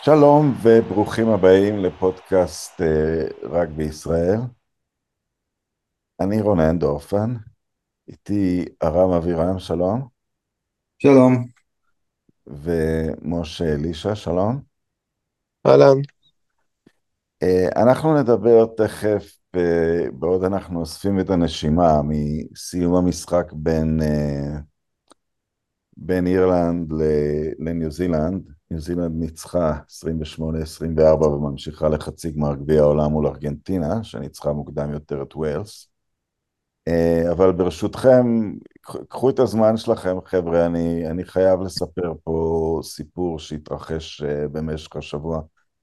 שלום וברוכים הבאים לפודקאסט רק בישראל. אני רונן דורפן, איתי ארם אבירם, שלום, שלום. ומשה אלישע, שלום. אהלן. אנחנו נדבר תכף, בעוד אנחנו אוספים את הנשימה, מסיום המשחק בין אירלנד לניו זילנד. ניו זילנד ניצחה 28-24 וממשיכה לחצי גמר גביע העולם מול ארגנטינה, שניצחה מוקדם יותר את ווילס. אבל ברשותכם, קחו את הזמן שלכם, חבר'ה, אני חייב לספר פה סיפור שהתרחש במשך השבוע.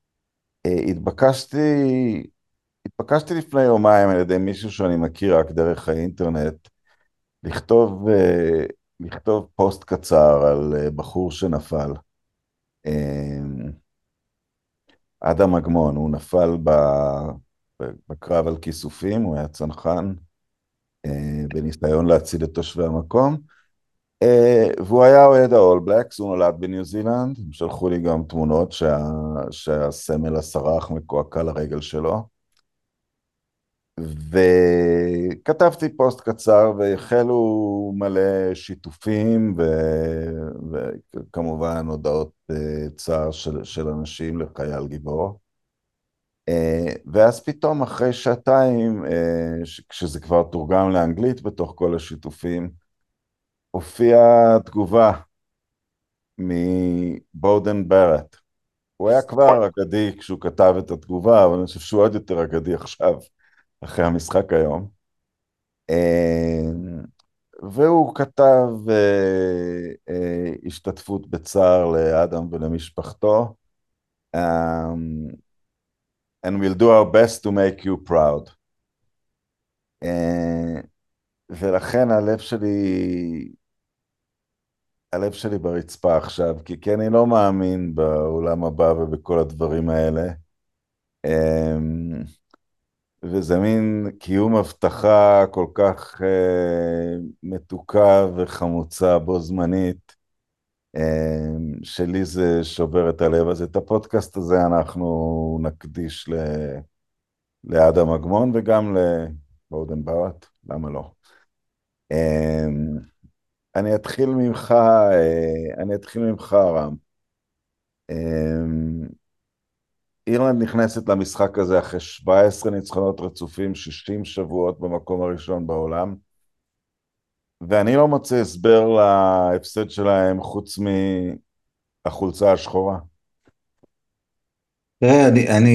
התבקשתי לפני יומיים על ידי מישהו שאני מכיר רק דרך האינטרנט, לכתוב פוסט קצר על בחור שנפל. אה, אדם אגמון, הוא נפל בקרב על כיסופים, הוא היה צנחן, בניסיון להציל את תושבי המקום. והוא היה אוהד האול בלקס, הוא נולד בניו זילנד, הם שלחו לי גם תמונות שהסמל הסרח מקועקע לרגל שלו, וכתבתי פוסט קצר והחלו מלא שיתופים וכמובן הודעות צער של אנשים לחייל גיבור. ואז פתאום אחרי שעתיים, כשזה כבר תורגם לאנגלית בתוך כל השיתופים, הופיעה תגובה מבודן ברט. הוא היה כבר אגדי כשהוא כתב את התגובה, אבל אני חושב שהוא עוד יותר אגדי עכשיו, אחרי המשחק היום. והוא כתב השתתפות בצער לאדם ולמשפחתו, um, and we'll do our best to make you proud. ולכן הלב שלי ברצפה עכשיו, כי אני לא מאמין בעולם הבא ובכל הדברים האלה. וזה מין קיום הבטחה כל כך מתוקה וחמוצה בו זמנית, שלי זה שובר את הלב. אז את הפודקאסט הזה אנחנו נקדיש לאדם אגמון וגם לבודן בארט, למה לא? אני אתחיל ממך, רם. אירלנד נכנסת למשחק הזה אחרי 17 ניצחונות רצופים, 60 שבועות במקום הראשון בעולם, ואני לא מוצא הסבר להפסד שלהם חוץ מהחולצה השחורה. תראה,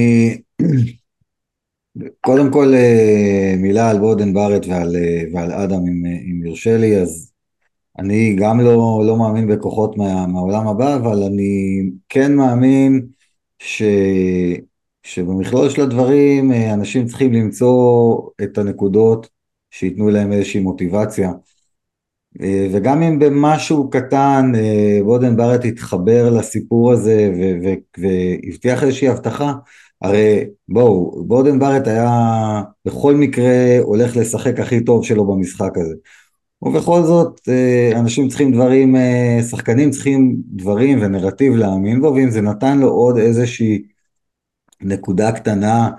קודם כל מילה על בודן בארט ועל אדם, אם יורשה לי. אז אני גם לא מאמין בכוחות מהעולם הבא, אבל אני כן מאמין ש, שבמכלול של הדברים אנשים צריכים למצוא את הנקודות שייתנו להם איזושהי מוטיבציה. וגם אם במשהו קטן בודן בארט התחבר לסיפור הזה והבטיח איזושהי הבטחה. הרי בואו, בודן בארט היה בכל מקרה הולך לשחק הכי טוב שלו במשחק הזה, ובכל זאת אנשים צריכים דברים, שחקנים צריכים דברים ונרטיב להאמין בו, ואם זה נתן לו עוד איזושהי נקודה קטנה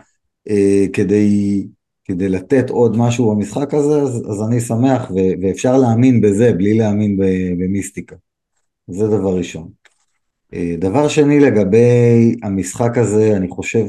כדי לתת עוד משהו במשחק הזה, אז אני שמח, ואפשר להאמין בזה בלי להאמין במיסטיקה. זה דבר ראשון. דבר שני, לגבי המשחק הזה, אני חושב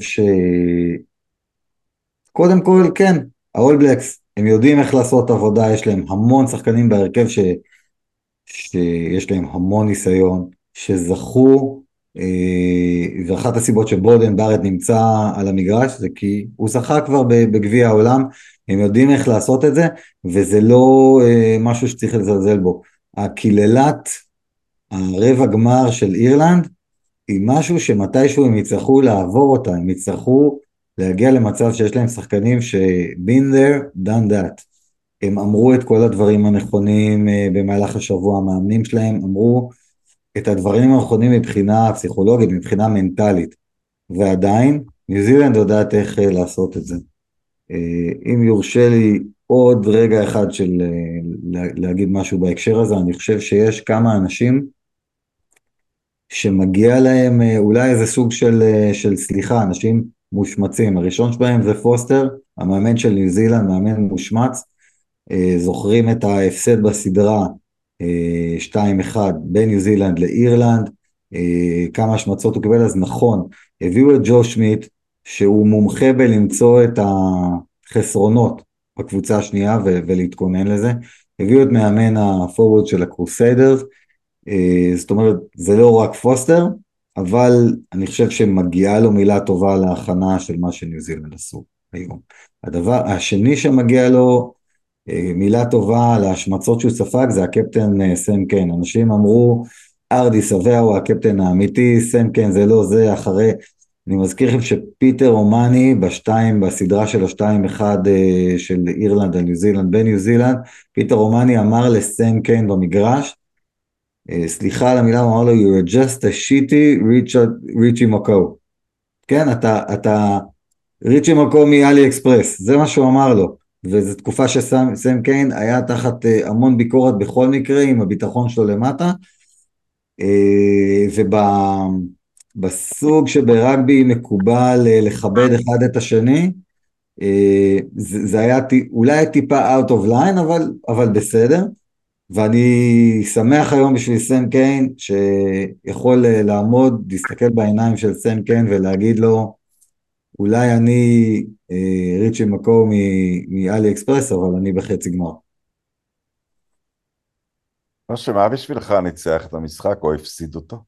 קודם כל, כן, האול בלקס, הם יודעים איך לעשות עבודה, יש להם המון שחקנים בהרכב שיש להם המון ניסיון, שזכו, ואחת הסיבות שבודן בארט נמצא על המגרש, זה כי הוא זכה כבר בגביע העולם. הם יודעים איך לעשות את זה, וזה לא משהו שצריך לזלזל בו. הקיללת הרבע גמר של אירלנד, היא משהו שמתישהו הם יצטרכו לעבור אותה, הם יצטרכו להגיע למצב שיש להם שחקנים been there, done that. הם אמרו את כל הדברים הנכונים במהלך השבוע, המאמנים שלהם אמרו את הדברים הנכונים מבחינה פסיכולוגית, מבחינה מנטלית, ועדיין ניו זילנד יודעת איך לעשות את זה. אם יורשה לי עוד רגע אחד של להגיד משהו בהקשר הזה, אני חושב שיש כמה אנשים שמגיע להם אולי איזה סוג של סליחה, אנשים מושמצים. הראשון שבהם זה פוסטר, המאמן של ניו זילנד, מאמן מושמץ. זוכרים את ההפסד בסדרה 2-1 בין ניו זילנד לאירלנד, כמה השמצות הוא קיבל. אז נכון, הביאו את ג'ו שמיט, שהוא מומחה בלמצוא את החסרונות בקבוצה השנייה ולהתכונן לזה. הביאו את מאמן הפורוורד של הקרוסיידרס, זאת אומרת, זה לא רק פוסטר, אבל אני חושב שמגיעה לו מילה טובה להכנה של מה שניו זילנד עשו היום. הדבר השני שמגיע לו מילה טובה להשמצות שהוא ספג, זה הקפטן סם קיין. אנשים אמרו, ארדי סבע הוא הקפטן האמיתי, סם קיין זה לא זה. אחרי, אני מזכיר לכם שפיטר אומני בסדרה של ה-2-1 של אירלנד על ניו זילנד, בניו זילנד, פיטר אומני אמר לסם קיין במגרש, סליחה על המילה, הוא אמר לו, you're just a shitty ריצ'י מקו. כן, אתה ריצ'י מקו מאלי אקספרס, זה מה שהוא אמר לו. וזו תקופה שסם קיין היה תחת המון ביקורת בכל מקרה, עם הביטחון שלו למטה, ובסוג שברגבי מקובל לכבד אחד את השני, זה היה אולי טיפה out of line, אבל בסדר. ואני שמח היום בשביל סם קיין, שיכול לעמוד, להסתכל בעיניים של סם קיין ולהגיד לו, אולי אני ריצ'י מקו מאלי אקספרס, אבל אני בחצי גמר. משה, מה בשבילך ניצח את המשחק או הפסיד אותו?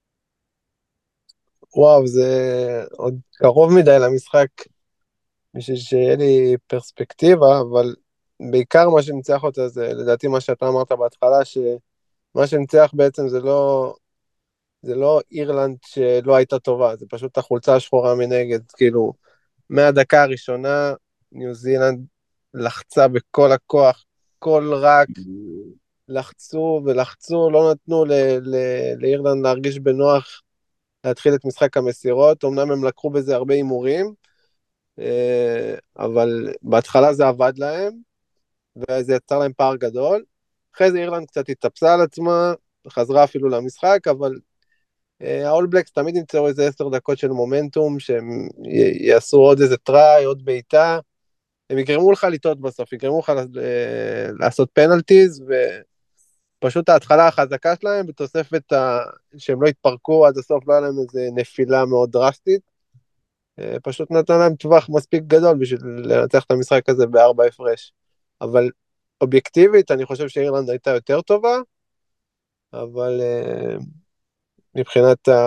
וואו, זה עוד קרוב מדי למשחק, בשביל שיהיה לי פרספקטיבה, אבל בעיקר מה שניצח אותה זה, לדעתי מה שאתה אמרת בהתחלה, שמה שניצח בעצם זה לא אירלנד שלא הייתה טובה, זה פשוט החולצה השחורה מנגד, כאילו, מהדקה הראשונה, ניו זילנד לחצה בכל הכוח, כל רק, לחצו ולחצו, לא נתנו לאירלנד להרגיש בנוח, להתחיל את משחק המסירות. אמנם הם לקחו בזה הרבה הימורים, אבל בהתחלה זה עבד להם, וזה יצר להם פער גדול. אחרי זה אירלנד קצת התאפסה על עצמה, חזרה אפילו למשחק, אבל האול בלקס תמיד ימצאו איזה 10 דקות של מומנטום, שהם יעשו עוד איזה טראי, עוד בעיטה, הם יגרמו לך לטעות בסוף, יגרמו לך לעשות פנלטיז, ופשוט ההתחלה החזקה שלהם, בתוספת שהם לא התפרקו עד הסוף, לא היה להם איזה נפילה מאוד דרסטית, פשוט נתן להם טווח מספיק גדול, בשביל לנצח את המשחק הזה ב4 הפרש. אבל אובייקטיבית, אני חושב שאירלנד הייתה יותר טובה, אבל מבחינת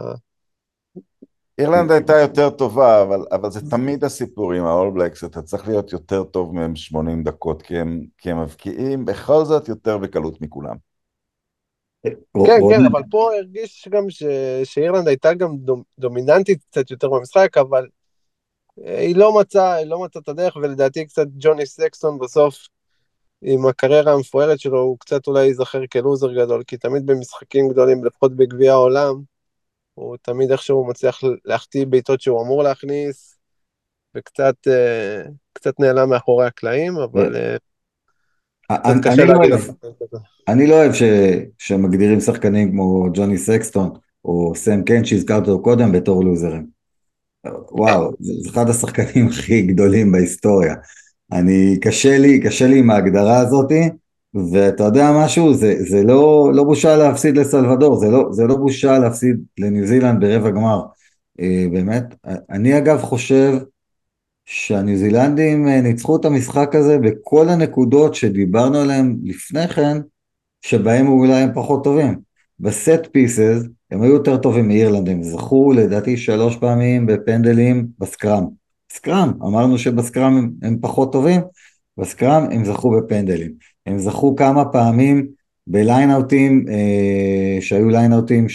אירלנד הייתה יותר טובה, אבל זה תמיד הסיפור עם ה-All Blacks, אתה צריך להיות יותר טוב מהם 80 דקות, כי הם מבקיעים בכל זאת יותר בקלות מכולם. כן, כן, אבל פה הרגיש גם שאירלנד הייתה גם דומיננטית קצת יותר במשחק, אבל היא לא מצאה את הדרך, ולדעתי קצת ג'וני סקסטון בסוף, עם הקריירה המפוארת שלו, הוא קצת אולי ייזכר כלוזר גדול, כי תמיד במשחקים גדולים, לפחות בגביע העולם, הוא תמיד איכשהו מצליח להחטיא בעיטות שהוא אמור להכניס, וקצת נעלם מאחורי הקלעים, אבל קצת קשה להגיד. אני לא אוהב שמגדירים שחקנים כמו ג'וני סקסטון, או סם קיין שהזכרת אותו קודם בתור לוזרים. וואו, זה אחד השחקנים הכי גדולים בהיסטוריה. קשה לי עם ההגדרה הזאת, ואתה יודע משהו, זה לא בושה להפסיד לסלבדור, זה לא בושה להפסיד לניו זילנד ברבע גמר. באמת, אני אגב חושב שהניו זילנדים ניצחו את המשחק הזה בכל הנקודות שדיברנו עליהם לפני כן, שבהם אולי הם פחות טובים. בסט פיסס הם היו יותר טובים מאירלנד, הם זכו לדעתי 3 פעמים בפנדלים בסקרם. סקרם, אמרנו שבסקרם הם פחות טובים, בסקרם הם זכו בפנדלים. הם זכו כמה פעמים בליינאוטים, שהיו ליינאוטים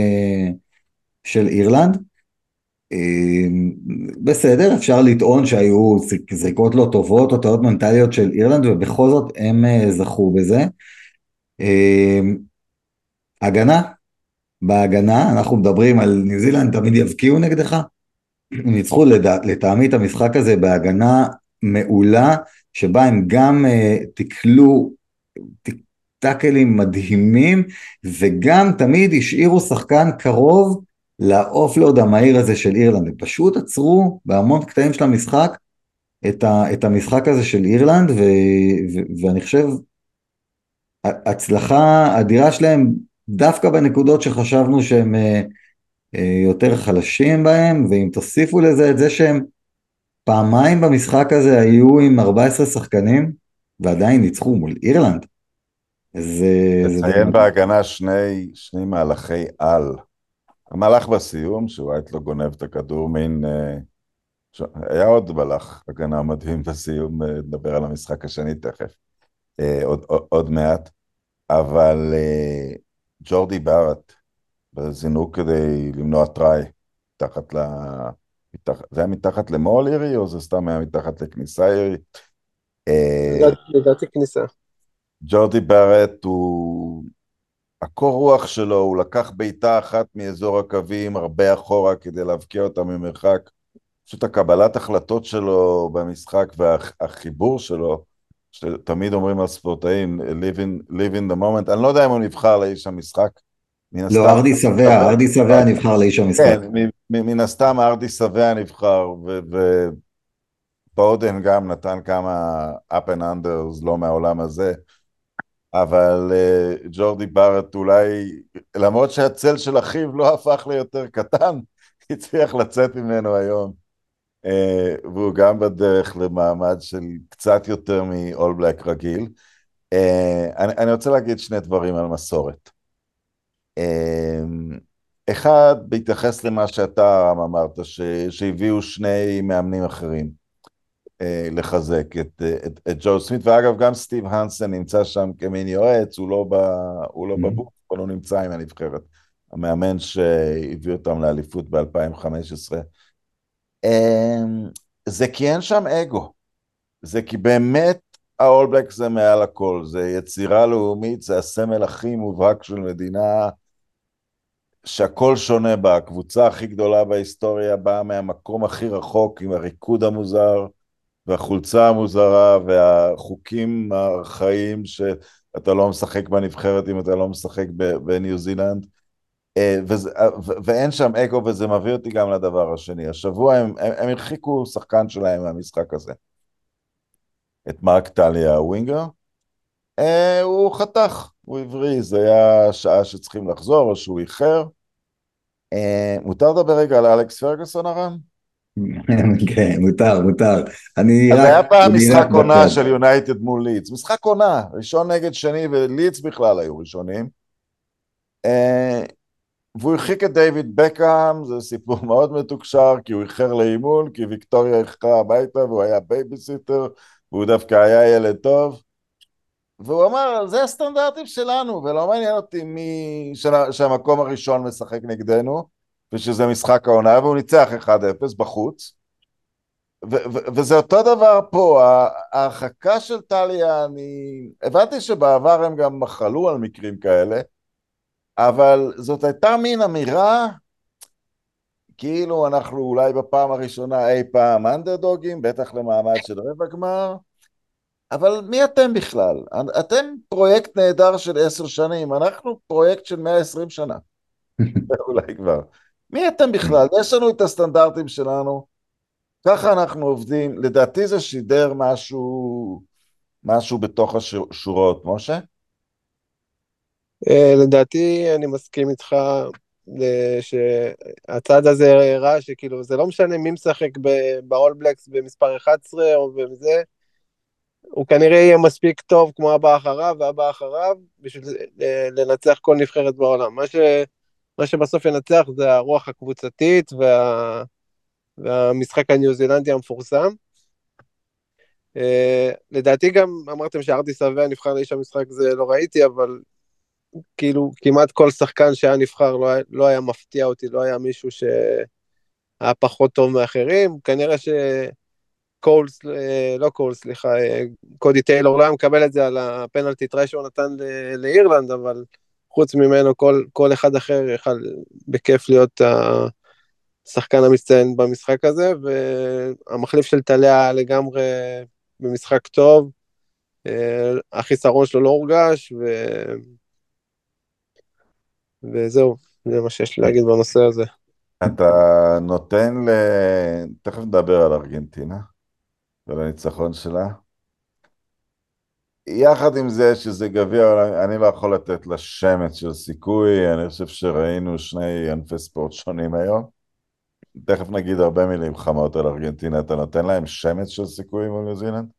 של אירלנד. בסדר, אפשר לטעון שהיו זריקות לא טובות או טעות מנטליות של אירלנד, ובכל זאת הם זכו בזה. הגנה, בהגנה, אנחנו מדברים על ניו זילנד, תמיד יבקיעו נגדך, הם ניצחו לטעמי את המשחק הזה בהגנה מעולה, שבה הם גם טאקלים מדהימים, וגם תמיד השאירו שחקן קרוב לאופלוד המהיר הזה של אירלנד. הם פשוט עצרו בהמון קטעים של המשחק את המשחק הזה של אירלנד, ואני חושב הצלחה אדירה שלהם דווקא בנקודות שחשבנו שהם יותר חלשים בהם, ואם תוסיפו לזה את זה שהם פעמיים במשחק הזה היו עם 14 שחקנים ועדיין ניצחו מול אירלנד. לציין בהגנה שני מהלכי על. המהלך בסיום, שווייט לא גונב את הכדור, היה עוד מהלך הגנה מדהים בסיום, נדבר על המשחק השני תכף, עוד מעט, אבל ג'ורדי בארט, בזינוק כדי למנוע טריי, זה היה מתחת למול ירי, או זה סתם היה מתחת לכניסה ירי? לדעתי כניסה. ג'ורדי בארט הקור רוח שלו, הוא לקח בעיטה אחת מאזור הקווים הרבה אחורה כדי להבקיע אותה ממרחק. פשוט הקבלת החלטות שלו במשחק והחיבור שלו, שתמיד אומרים על ספורטאים, live in the moment. אני לא יודע אם הוא נבחר לאיש המשחק. לא, ארדי סבע נבחר לאיש המשחק. כן, מן הסתם ארדי סבע נבחר, ובודן גם נתן כמה up and unders, לא מהעולם הזה. אבל ג'ורדי בארט אולי, למרות שהצל של אחיו לא הפך ליותר קטן, הצליח לצאת ממנו היום, והוא גם בדרך למעמד של קצת יותר מ-All Black רגיל. אני רוצה להגיד שני דברים על מסורת. אחד, בהתייחס למה שאתה אמרת, שהביאו שני מאמנים אחרים, לחזק את ג'ו סמית, ואגב גם סטיב הנסן נמצא שם כמין יועץ, הוא לא בבוק, אבל הוא נמצא עם הנבחרת, המאמן שהביא אותם לאליפות ב-2015. זה כי אין שם אגו, זה כי באמת ה-All Black זה מעל הכל, זה יצירה לאומית, זה הסמל הכי מובהק של מדינה, שהכל שונה בה, הקבוצה הכי גדולה בהיסטוריה באה מהמקום הכי רחוק, עם הריקוד המוזר, והחולצה המוזרה, והחוקים הארכאיים, שאתה לא משחק בנבחרת אם אתה לא משחק בניו זילנד, ואין שם אגו, וזה מביא אותי גם לדבר השני. השבוע הם הרחיקו שחקן שלהם מהמשחק הזה, את מרק טליה הווינגר, הוא חתך, הוא עברי, זה היה שעה שצריכים לחזור, או שהוא איחר. מותר לדבר רגע על אלכס פרגוסון, הרם? כן, מותר. אז היה פעם משחק עונה של יונייטד מול לידס, משחק עונה, ראשון נגד שני, ולידס בכלל היו ראשונים, והוא הרחיק את דיוויד בקהאם, זה סיפור מאוד מתוקשר, כי הוא איחר לאימון, כי ויקטוריה איחרה הביתה, והוא היה בייביסיטר, והוא דווקא היה ילד טוב, והוא אמר, זה הסטנדרטים שלנו, ולא מעניין אותי שהמקום הראשון משחק נגדנו, ושזה משחק העונה, והוא ניצח 1-0 בחוץ, וזה אותו דבר פה, ההרחקה של טליה, אני הבנתי שבעבר הם גם מחלו על מקרים כאלה, אבל זאת הייתה מין אמירה, כאילו אנחנו אולי בפעם הראשונה אי פעם אנדרדוגים, בטח למעמד של רבע גמר, אבל מי אתם בכלל? אתם פרויקט נהדר של 10 שנים, אנחנו פרויקט של 120 שנה, אולי כבר. מי אתם בכלל? יש לנו את הסטנדרטים שלנו, ככה אנחנו עובדים, לדעתי זה שידר משהו בתוך השורות, משה? לדעתי אני מסכים איתך שהצד הזה הראה שכאילו זה לא משנה מי משחק ב-All Blacks במספר 11 או בזה, הוא כנראה יהיה מספיק טוב כמו הבא אחריו והבא אחריו בשביל לנצח כל נבחרת בעולם. מה שבסוף ינצח זה הרוח הקבוצתית והמשחק הניו זילנדי המפורסם. לדעתי גם אמרתם שארדי סבע נבחר לאיש המשחק, זה לא ראיתי, אבל כאילו כמעט כל שחקן שהיה נבחר לא היה מפתיע אותי, לא היה מישהו שהיה פחות טוב מאחרים. כנראה קודי טיילור לא היה מקבל את זה על הפנלטי טריי שהוא נתן לאירלנד, אבל חוץ ממנו כל אחד אחר יכל בכיף להיות השחקן המצטיין במשחק הזה, והמחליף של טליה לגמרי במשחק טוב, החיסרון שלו לא הורגש, וזהו, זה מה שיש לי להגיד בנושא הזה. אתה נותן תכף נדבר על ארגנטינה ועל הניצחון שלה. יחד עם זה שזה גביע העולם, אני לא יכול לתת לה שמץ של סיכוי, אני חושב שראינו שני ענפי ספורט שונים היום. תכף נגיד הרבה מילים חמות על ארגנטינה, אתה נותן להם שמץ של סיכוי מול ניו זילנד?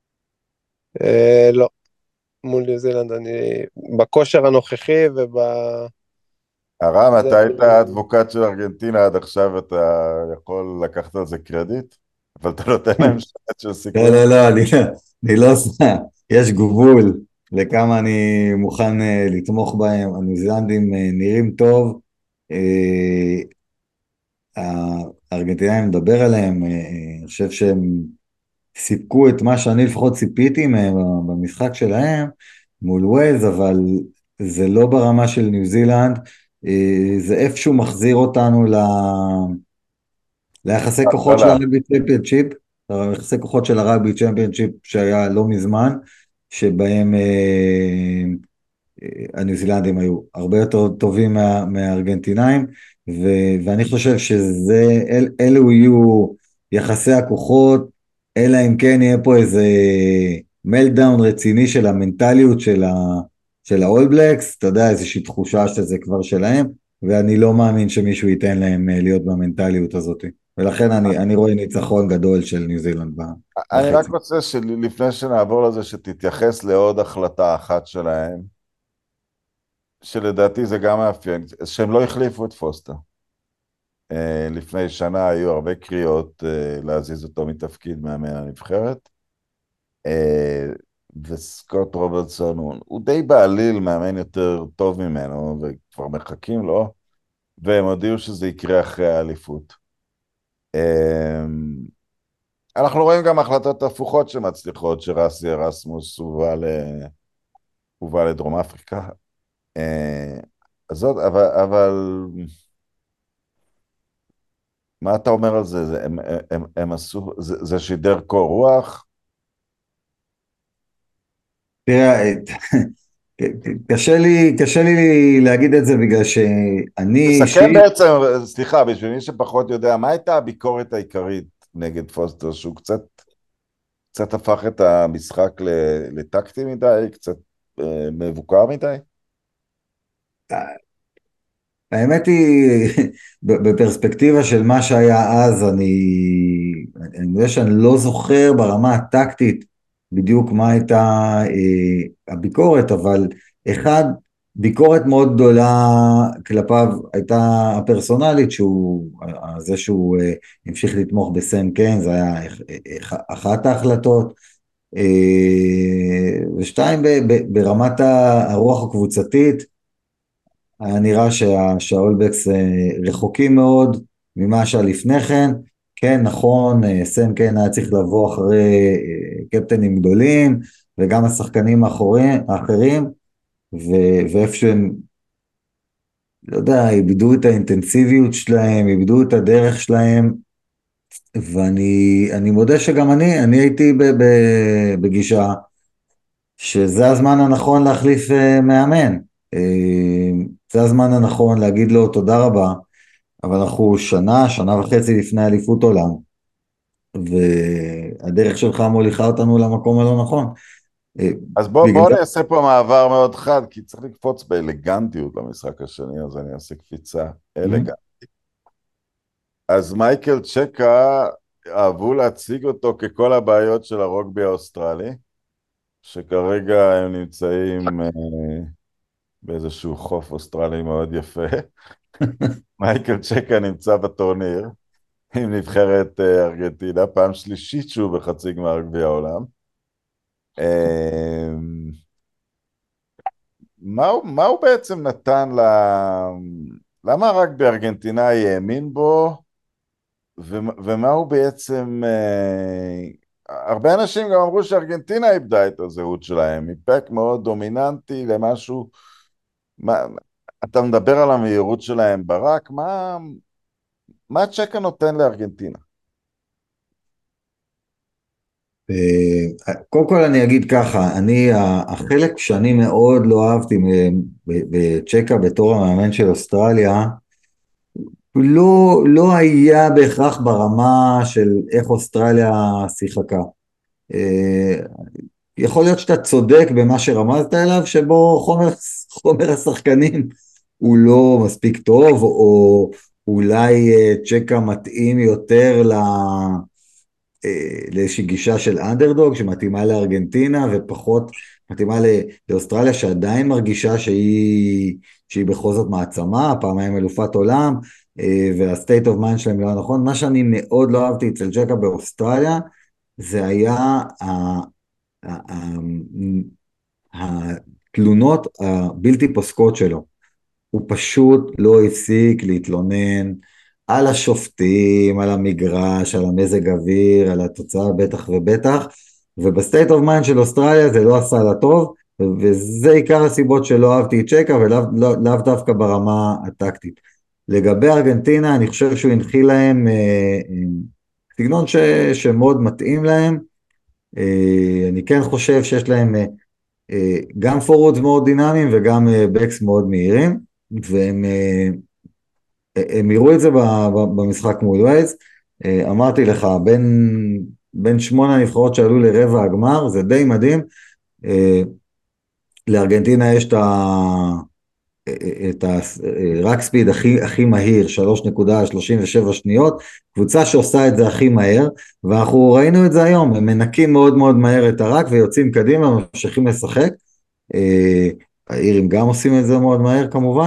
לא, מול ניו זילנד, אני בכושר הנוכחי הרם, זה אתה היית אני... האדבוקט של ארגנטינה עד עכשיו, אתה יכול לקחת על זה קרדיט, אבל אתה נותן להם שמץ של לא, סיכוי. לא, לא, אני לא עושה, יש גבול לכמה אני מוכן לתמוך בהם. הניו זילנדים נראים טוב, אה, הארגנטינאים מדבר עליהם, אני חושב שהם סיפקו את מה שאני לפחות ציפיתי מהם במשחק שלהם מול ווילס, אבל זה לא ברמה של ניו זילנד, זה איפשהו מחזיר אותנו ליחסי כוחות של התחלה. הרגבי צ'מפיונשיפ, יחסי כוחות של הרגבי צ'מפיונשיפ שהיה לא מזמן, שבהם הניו זילנדים היו הרבה יותר טובים מהארגנטינאים, ואני חושב אלו יהיו יחסי הכוחות, אלא אם כן יהיה פה איזה מלדאון רציני של המנטליות של ה-All Blacks, אתה יודע, איזושהי תחושה שזה כבר שלהם, ואני לא מאמין שמישהו ייתן להם להיות במנטליות הזאת. ולכן אני רואה ניצחון גדול של ניו זילנד אני רק בחצי. רוצה שלפני שנעבור לזה, שתתייחס לעוד החלטה אחת שלהם, שלדעתי זה גם מאפיין, שהם לא החליפו את פוסטר. לפני שנה היו הרבה קריאות להזיז אותו מתפקיד מאמן הנבחרת, וסקוט רוברטסון הוא די בעליל מאמן יותר טוב ממנו, וכבר מחכים לו, והם הודיעו שזה יקרה אחרי האליפות. אנחנו רואים גם החלטות הפוכות שמצליחות, שרסי ארסמוס הובא לדרום אפריקה. אז זאת, אבל מה אתה אומר על זה? הם עשו, זה שידר קור רוח? תראה, קשה לי להגיד את זה בגלל שאני תסכם אישית, בעצם, סליחה, בשביל מי שפחות יודע, מה הייתה הביקורת העיקרית נגד פוסטר, שהוא קצת הפך את המשחק לטקטי מדי, קצת מבוקר מדי? האמת היא, בפרספקטיבה של מה שהיה אז, אני יודע שאני לא זוכר ברמה הטקטית בדיוק מה הייתה הביקורת, אבל אחד, ביקורת מאוד גדולה כלפיו הייתה הפרסונלית, זה שהוא המשיך לתמוך בסם קיין, זה היה אחת ההחלטות, ושתיים, ברמת הרוח הקבוצתית, היה נראה שהאולבקס רחוקים מאוד ממה שהיה לפני כן. כן, נכון, סם כן היה צריך לבוא אחרי קפטנים גדולים, וגם השחקנים האחרים, ואיפה שהם, לא יודע, איבדו את האינטנסיביות שלהם, איבדו את הדרך שלהם, ואני מודה שגם אני הייתי בגישה, שזה הזמן הנכון להחליף מאמן. זה הזמן הנכון להגיד לו תודה רבה, אבל אנחנו שנה וחצי לפני אליפות עולם, והדרך שלך מוליכה אותנו למקום הלא נכון. אז בגלל בוא זה, נעשה פה מעבר מאוד חד, כי צריך לקפוץ באלגנטיות למשחק השני, אז אני אעשה קפיצה אלגנט. אז מייקל צ'קה, אהבו להציג אותו ככל הבעיות של הרוגבי האוסטרלי, שכרגע הם נמצאים באיזשהו חוף אוסטרלי מאוד יפה. מייקל צ'קה נמצא בטורניר עם נבחרת ארגנטינה, פעם שלישית שהוא בחצי גמר גביע העולם. מה הוא בעצם נתן למה רק בארגנטינה האמין בו, ומה הוא בעצם... הרבה אנשים גם אמרו שארגנטינה איבדה את הזהות שלהם, מפק מאוד דומיננטי למשהו... אתה מדבר על המהירות שלהם ברק, מה צ'קה נותן לארגנטינה? קודם כל אני אגיד ככה, החלק שאני מאוד לא אהבתי בצ'קה בתור המאמן של אוסטרליה, לא היה בהכרח ברמה של איך אוסטרליה שיחקה. אה, יכול להיות שאתה צודק במה שרמזת אליו, שבו חומר השחקנים הוא לא מספיק טוב, או אולי צ'קה מתאים יותר לאיזושהי גישה של אנדרדוג שמתאימה לארגנטינה ופחות מתאימה לאוסטרליה שעדיין מרגישה שהיא בכל זאת מעצמה, פעמיים אלופת עולם, והסטייט אוף מיינד שלהם לא נכון. מה שאני מאוד לא אהבתי אצל ג'קה באוסטרליה זה היה התלונות הבלתי פוסקות שלו. הוא פשוט לא הפסיק להתלונן על השופטים, על המגרש, על המזג אוויר, על התוצאה בטח ובטח, ובסטייט אוף מיינד של אוסטרליה זה לא עשה לה טוב, וזה עיקר הסיבות שלא אהבתי את צ'קה ולאו דווקא ברמה הטקטית. לגבי ארגנטינה, אני חושב שהוא הנחיל להם סגנון שמאוד מתאים להם. אני כן חושב שיש להם גם פורורדס מאוד דינמיים וגם בקס מאוד מהירים, והם יראו את זה במשחק מול ווילס. אמרתי לך, בין 8 הנבחרות שעלו לרבע הגמר, זה די מדהים. לארגנטינה יש את הרק ספיד הכי מהיר, 3.37 שניות, קבוצה שעושה את זה הכי מהר, ואנחנו ראינו את זה היום, הם מנקים מאוד מאוד מהר את הרק ויוצאים קדימה, ממשיכים לשחק. האירים גם עושים את זה מאוד מהר כמובן,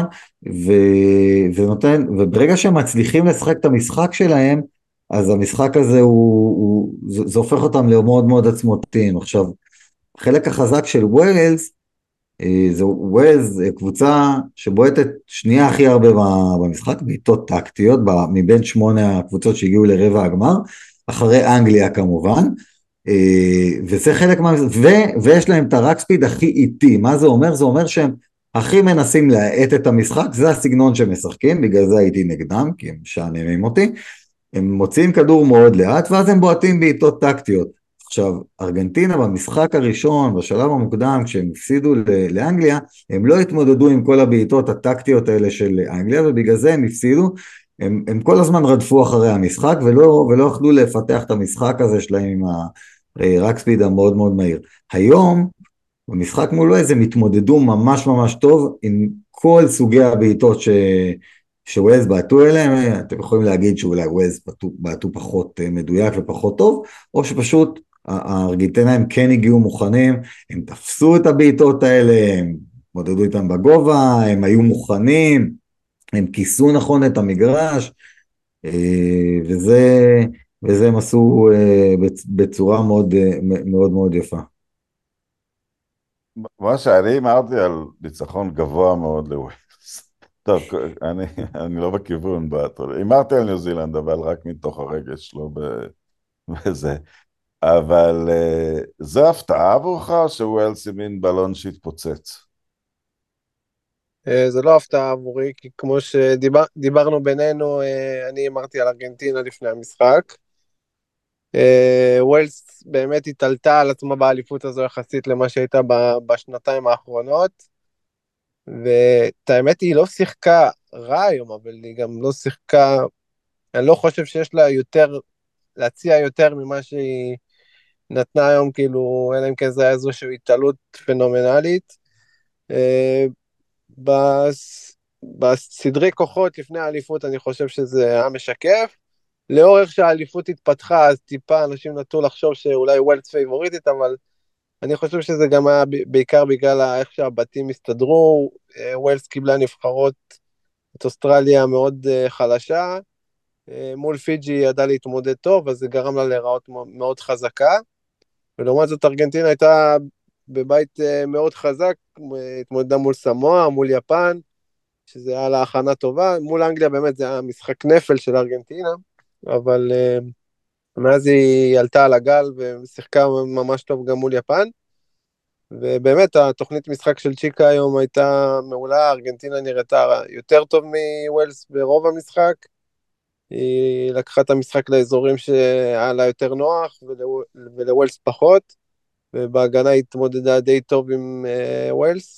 וברגע שהם מצליחים לשחק את המשחק שלהם, אז המשחק הזה זה הופך אותם למאוד מאוד עצמותיים. עכשיו, החלק החזק של ווילס, ווילס קבוצה שבועטת שנייה הכי הרבה במשחק, בעיטות טקטיות, מבין 8 הקבוצות שהגיעו לרבע הגמר, אחרי אנגליה כמובן, וזה חלק ויש להם את הרק ספיד הכי איטי. מה זה אומר? זה אומר שהם הכי מנסים להאט את המשחק, זה הסגנון שהם משחקים, בגלל זה הייתי נגדם, כי הם שעננים אותי, הם מוציאים כדור מאוד לאט, ואז הם בועטים בעיטות טקטיות. עכשיו, ארגנטינה במשחק הראשון, בשלב המוקדם, כשהם הפסידו לאנגליה, הם לא התמודדו עם כל הבעיטות הטקטיות האלה של אנגליה, ובגלל זה הם הפסידו, הם כל הזמן רדפו אחרי המשחק, ולא יכלו לפתח את המשחק הזה שלהם עם הרק ספיד המאוד מאוד מהיר. היום, במשחק מול ווילס, הם התמודדו ממש ממש טוב, עם כל סוגי הבעיטות שווילס בעטו אליהם. אתם יכולים להגיד שאולי ווילס בעטו פחות מדויק ופחות טוב, או שפשוט הארגנטינאים כן הגיעו מוכנים, הם תפסו את הבעיטות האלה, הם מודדו איתם בגובה, הם היו מוכנים, הם כיסו נכון את המגרש, וזה הם עשו בצורה מאוד מאוד מאוד יפה. מה שאני אמרתי על ניצחון גבוה מאוד לווילס. טוב, אני לא בכיוון, אמרתי על ניו זילנד, אבל רק מתוך הרגש, לא בזה. אבל זו הפתעה עבורך שווילס היא מין בלון שהתפוצץ? זה לא הפתעה עבורי, כי כמו שדיברנו בינינו, אני אמרתי על ארגנטינה לפני המשחק. ווילס באמת התעלתה על עצמה באליפות הזו יחסית למה שהייתה בשנתיים האחרונות, ואת האמת היא לא שיחקה רע היום, אבל היא גם לא שיחקה, אני לא חושב שיש לה להציע יותר ממה שהיא נתנה היום, כאילו, אלא אם כן זה היה איזושהי התעלות פנומנלית. בסדרי כוחות לפני האליפות אני חושב שזה היה משקף, לאורך שהאליפות התפתחה, אז טיפה אנשים נטו לחשוב שאולי ווילס פייבוריטית, אבל אני חושב שזה גם היה בעיקר בגלל איך שהבתים הסתדרו. ווילס קיבלה נבחרות, את אוסטרליה מאוד חלשה, מול פיג'י ידעה להתמודד טוב, אז זה גרם לה להיראות מאוד חזקה, ולעומת זאת ארגנטינה הייתה בבית מאוד חזק, התמודדה מול סמואה, מול יפן, שזה היה לה הכנה טובה, מול אנגליה באמת זה היה משחק נפל של ארגנטינה, אבל מאז היא עלתה על הגל ושיחקה ממש טוב גם מול יפן, ובאמת התוכנית משחק של צ'יקה היום הייתה מעולה, ארגנטינה נראתה יותר טוב מווילס ברוב המשחק, היא לקחה את המשחק לאזורים שהיה לה יותר נוח, ולווילס פחות, ובהגנה היא התמודדה די טוב עם ווילס,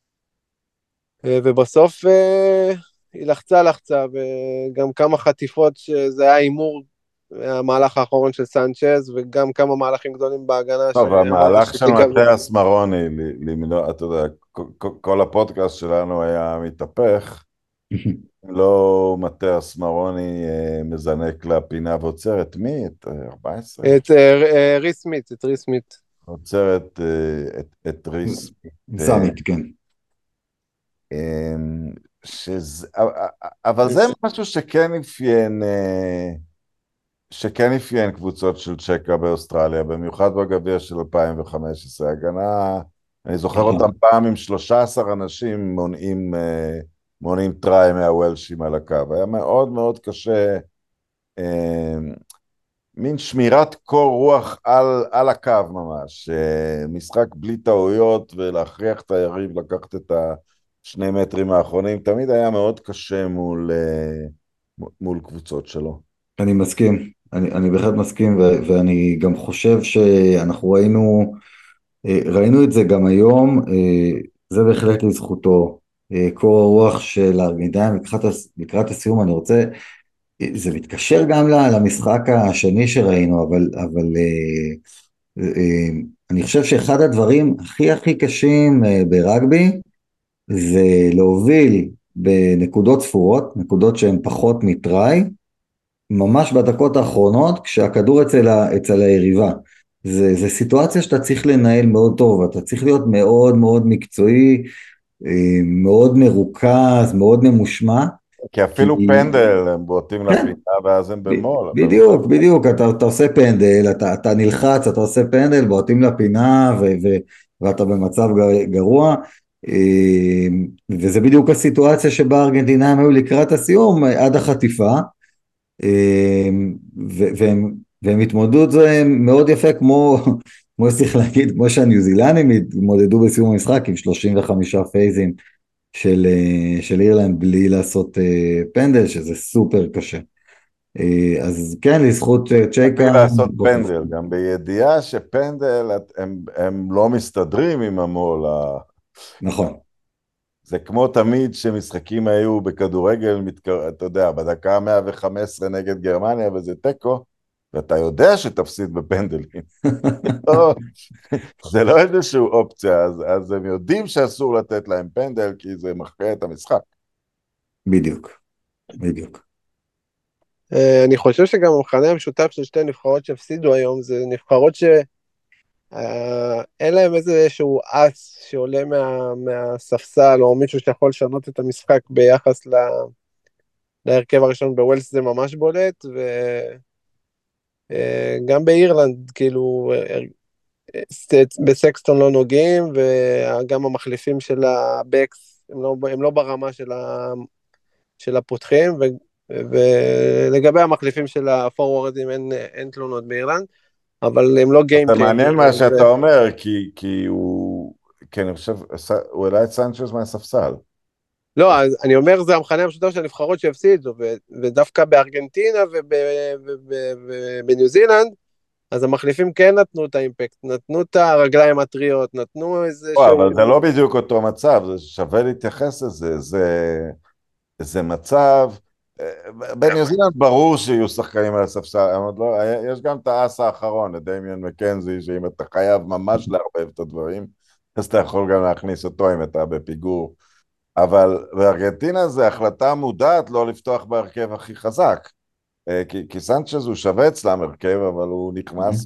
ובסוף היא לחצה, וגם כמה חטיפות שזה היה הימור, המהלך האחרון של סנצ'ז, וגם כמה מהלכים גדולים בהגנה טוב, שאמרתי המהלך של שתיגע. מתיאס מרוני, אתה יודע, כל הפודקאסט שלנו היה מתהפך, לא מתיאס מרוני מזנק לפינה ועוצר את מי? את 14? את ריס סמית. עוצר את ריס. סאמית, כן. אבל זה משהו שכן אפיין קבוצות של צ'קה באוסטרליה, במיוחד בגביע של 2015. הגנה, אני זוכר אותם פעם עם 13 אנשים מונעים טראי מהוולשים על הקו. היה מאוד מאוד קשה, מין שמירת קור רוח על הקו ממש. משחק בלי טעויות ולהכריח את היריב לקחת את ה2 מטרים האחרונים, תמיד היה מאוד קשה מול קבוצות שלו. אני מסכים, אני בהחלט מסכים, ואני גם חושב שאנחנו ראינו את זה גם היום, זה בהחלט לזכותו, קור הרוח של הארגנטינאים לקראת הסיום. אני רוצה, זה מתקשר גם למשחק השני שראינו, אבל אני חושב שאחד הדברים הכי קשים ברגבי, זה להוביל בנקודות ספורות, נקודות שהן פחות מטראי, ממש בדקות האחרונות, כשהכדור אצל היריבה. זה סיטואציה שאתה צריך לנהל מאוד טוב, אתה צריך להיות מאוד מאוד מקצועי, מאוד מרוכז, מאוד ממושמע. כי אפילו פנדל הם בועטים לפינה ואז הם במול. בדיוק, אתה עושה פנדל, אתה נלחץ, אתה עושה פנדל, בועטים לפינה ואתה במצב גרוע, וזה בדיוק הסיטואציה שבה הארגנטינאים היו לקראת הסיום עד החטיפה, והם התמודדו את זה מאוד יפה, כמו צריך להגיד, כמו שהניו זילנדים התמודדו בסיום המשחק עם 35 פייזים של אירלנד בלי לעשות פנדל, שזה סופר קשה. אז כן, לזכות צ'ייקה. בלי לעשות פנדל, גם בידיעה שפנדל הם לא מסתדרים עם המול. נכון. זה כמו תמיד שמשחקים היו בכדורגל, אתה יודע, בדקה 115 נגד גרמניה וזה טקו, ואתה יודע שתפסיד בפנדלים. זה לא איזושהי אופציה, אז הם יודעים שאסור לתת להם פנדל, כי זה מכריע את המשחק. בדיוק. אני חושב שגם המכנה המשותף של שתי נבחרות שהפסידו היום, זה נבחרות אין להם איזשהו אס שעולה מהספסל, או מישהו שיכול לשנות את המשחק ביחס להרכב הראשון. בווילס זה ממש בולט, וגם באירלנד, כאילו, בסקסטון לא נוגעים, וגם המחליפים של הבקס, הם לא ברמה של הפותחים, ולגבי המחליפים של הפורוורדים אין תלונות באירלנד, אבל הם לא גיים צ'יינג'ר. זה מעניין מה שאתה אומר, כי אני חושב, הוא העלה את סנצ'ז מהספסל. לא, אז אני אומר, זה המכנה המשותף של הנבחרות שהפסידו, ודווקא בארגנטינה ובניו זילנד, אז המחליפים כן נתנו את האימפקט, נתנו את הרגליים הטריות, נתנו איזה... אבל זה לא בדיוק אותו מצב, זה שווה להתייחס לזה, זה מצב... בניו זילנד ברור שיהיו שחקנים על הספסל, יש גם את האס האחרון, את דמיון מקנזי, שאם אתה חייב ממש לערבב את הדברים, אז אתה יכול גם להכניס אותו אם אתה בפיגור. אבל בארגנטינה זה החלטה מודעת לא לפתוח בהרכב הכי חזק, כי סנצ'ז הוא שווה אצלם הרכב, אבל הוא נכנס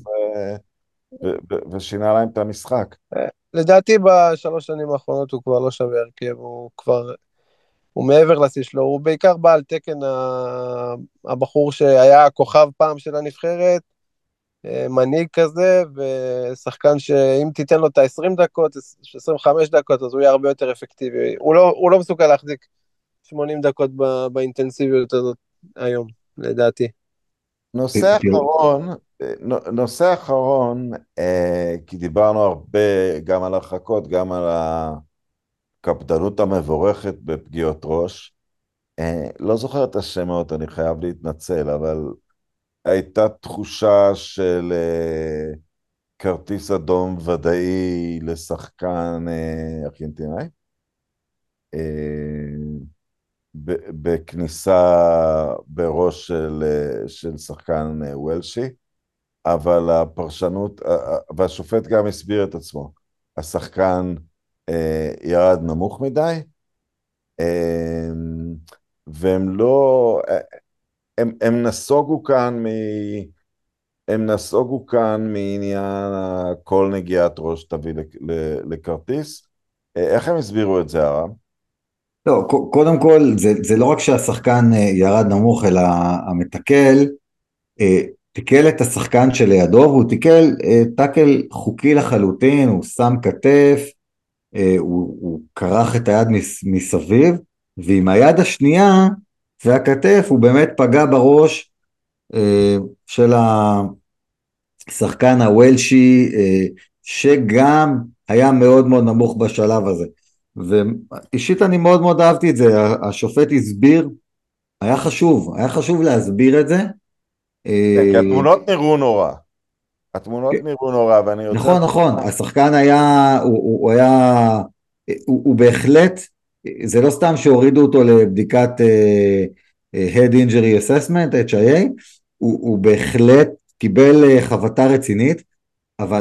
ושינה להם את המשחק. לדעתי בשלוש שנים האחרונות הוא כבר לא שווה הרכב, הוא מעבר לשיא שלו, הוא בעיקר בא על תקן הבחור שהיה הכוכב פעם של הנבחרת, מנהיג כזה, ושחקן שאם תיתן לו את ה-20 דקות, 25 דקות, אז הוא יהיה הרבה יותר אפקטיבי. הוא לא מסוגל להחזיק 80 דקות באינטנסיביות הזאת היום, לדעתי. נושא אחרון, כי דיברנו הרבה גם על הרחקות, גם על הקפדנות המבורכת בפגיעות ראש. לא זוכר את השמות, אני חייב להתנצל, אבל הייתה תחושה של כרטיס אדום ודאי לשחקן ארגנטינאי, אה, בכניסה בראש של שחקן וולשי, אבל הפרשנות, והשופט גם הסביר את עצמו, השחקן ירד נמוך מדי, והם לא, הם נסוגו כאן הם נסוגו כאן מעניין כל נגיעת ראש תביא לכרטיס. איך הם הסבירו את זה, הרב? לא, קודם כל, זה לא רק שהשחקן ירד נמוך, אלא המתקל תיקל את השחקן שלידו, והוא תיקל טאקל חוקי לחלוטין, הוא שם כתף, הוא קרח את היד מסביב, ועם היד השנייה והכתף הוא באמת פגע בראש של השחקן הוולשי, שגם היה מאוד מאוד נמוך בשלב הזה. ואישית אני מאוד מאוד אהבתי את זה, השופט הסביר, היה חשוב להסביר את זה. כי התמונות נראו נורא. התמונות נראו נורא, ואני יודע... נכון, השחקן היה, הוא בהחלט, זה לא סתם שהורידו אותו לבדיקת Head Injury Assessment, HIA, הוא בהחלט קיבל חבטה רצינית, אבל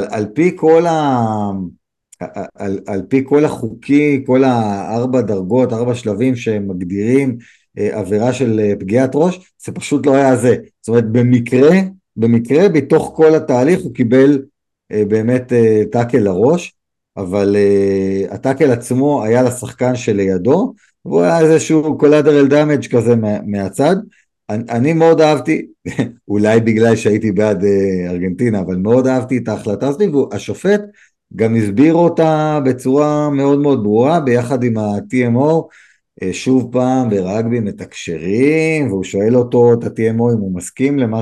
על פי כל החוקי, כל 4 דרגות, 4 שלבים שמגדירים עבירה של פגיעת ראש, זה פשוט לא היה זה. זאת אומרת, במקרה בתוך כל התהליך הוא קיבל באמת טאקל לראש, אבל הטאקל עצמו היה לשחקן שלידו, והוא היה איזשהו collateral damage כזה מהצד. אני מאוד אהבתי, אולי בגלל שהייתי בעד ארגנטינה, אבל מאוד אהבתי את ההחלטה הזאת, והשופט גם הסביר אותה בצורה מאוד מאוד ברורה, ביחד עם ה-TMO, שוב פעם ברגבי מתקשרים, והוא שואל אותו, את ה-TMO, אם הוא מסכים למה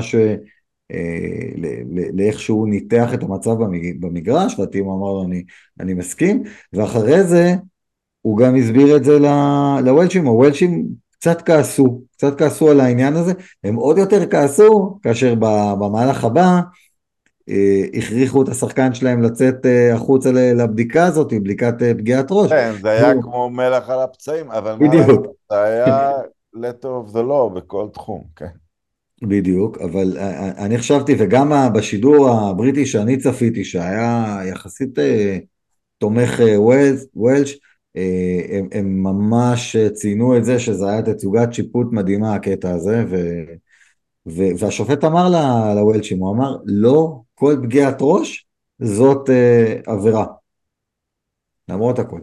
לאיך שהוא ניתח את המצב במגרש, וה-TMO אמר לו, אני מסכים, ואחרי זה, הוא גם הסביר את זה לוולשים, הוולשים קצת כעסו על העניין הזה, הם עוד יותר כעסו, כאשר במהלך הבא, הכריחו את השחקן שלהם לצאת החוצה לבדיקה הזאת, בדיקת פגיעת ראש. כן, זה היה כמו מלח על הפצעים, אבל מה בדיוק. זה היה letter of the law בכל תחום, כן. בדיוק, אבל אני חשבתי, וגם בשידור הבריטי שאני צפיתי, שהיה יחסית תומך וולש, הם ממש ציינו את זה, שזה היה תצוגת שיפוט מדהימה הקטע הזה, והשופט אמר לוולשים, הוא אמר, לא כל פגיעת ראש זאת עבירה, למרות הכל.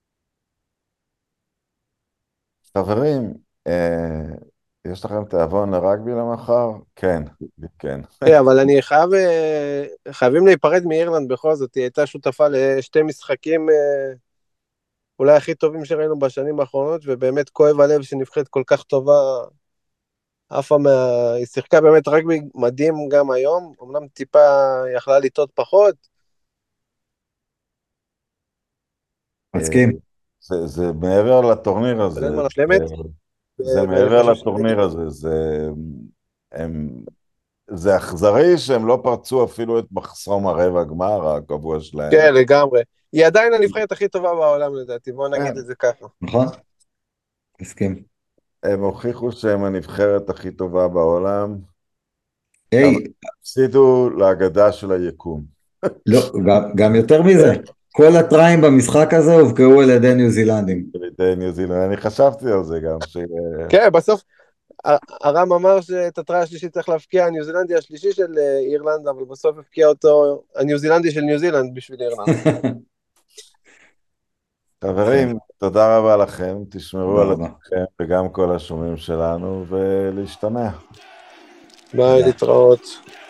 חברים, יש לכם תיאבון לרגבי למחר? כן, כן. כן, אבל חייבים להיפרד מאירלנד בכל זאת, היא הייתה שותפה לשתי משחקים אולי הכי טובים שראינו בשנים האחרונות, ובאמת כואב הלב שנבחרת כל כך טובה, היא שיחקה באמת רגבי מדהים גם היום, אמנם טיפה יכלה לטעות פחות. מסכים. זה מעבר לטורניר הזה. זה מעבר לטורניר הזה, זה אכזרי שהם לא פרצו אפילו את מחסום הרבע גמר הקבוע שלהם. כן, לגמרי. היא עדיין הנבחרת הכי טובה בעולם לדעתי, בואו נגיד את זה ככה. נכון, מסכים. הם הוכיחו שהם הנבחרת הכי טובה בעולם. היי. הפסידו להגדה של היקום. לא, גם יותר מזה. כל הטריים במשחק הזה הובקעו על ידי ניו זילנדים. על ידי ניו זילנד, אני חשבתי על זה גם. כן, בסוף הרם אמר שאת הטריי השלישי צריך להפקיע הניו זילנדי השלישי של אירלנד, אבל בסוף הפקיע אותו הניו זילנדי של ניו זילנד בשביל אירלנד. חברים, תודה רבה לכם, תשמרו על עצמכם וגם כל השומעים שלנו, ולהשתמע. ביי, להתראות.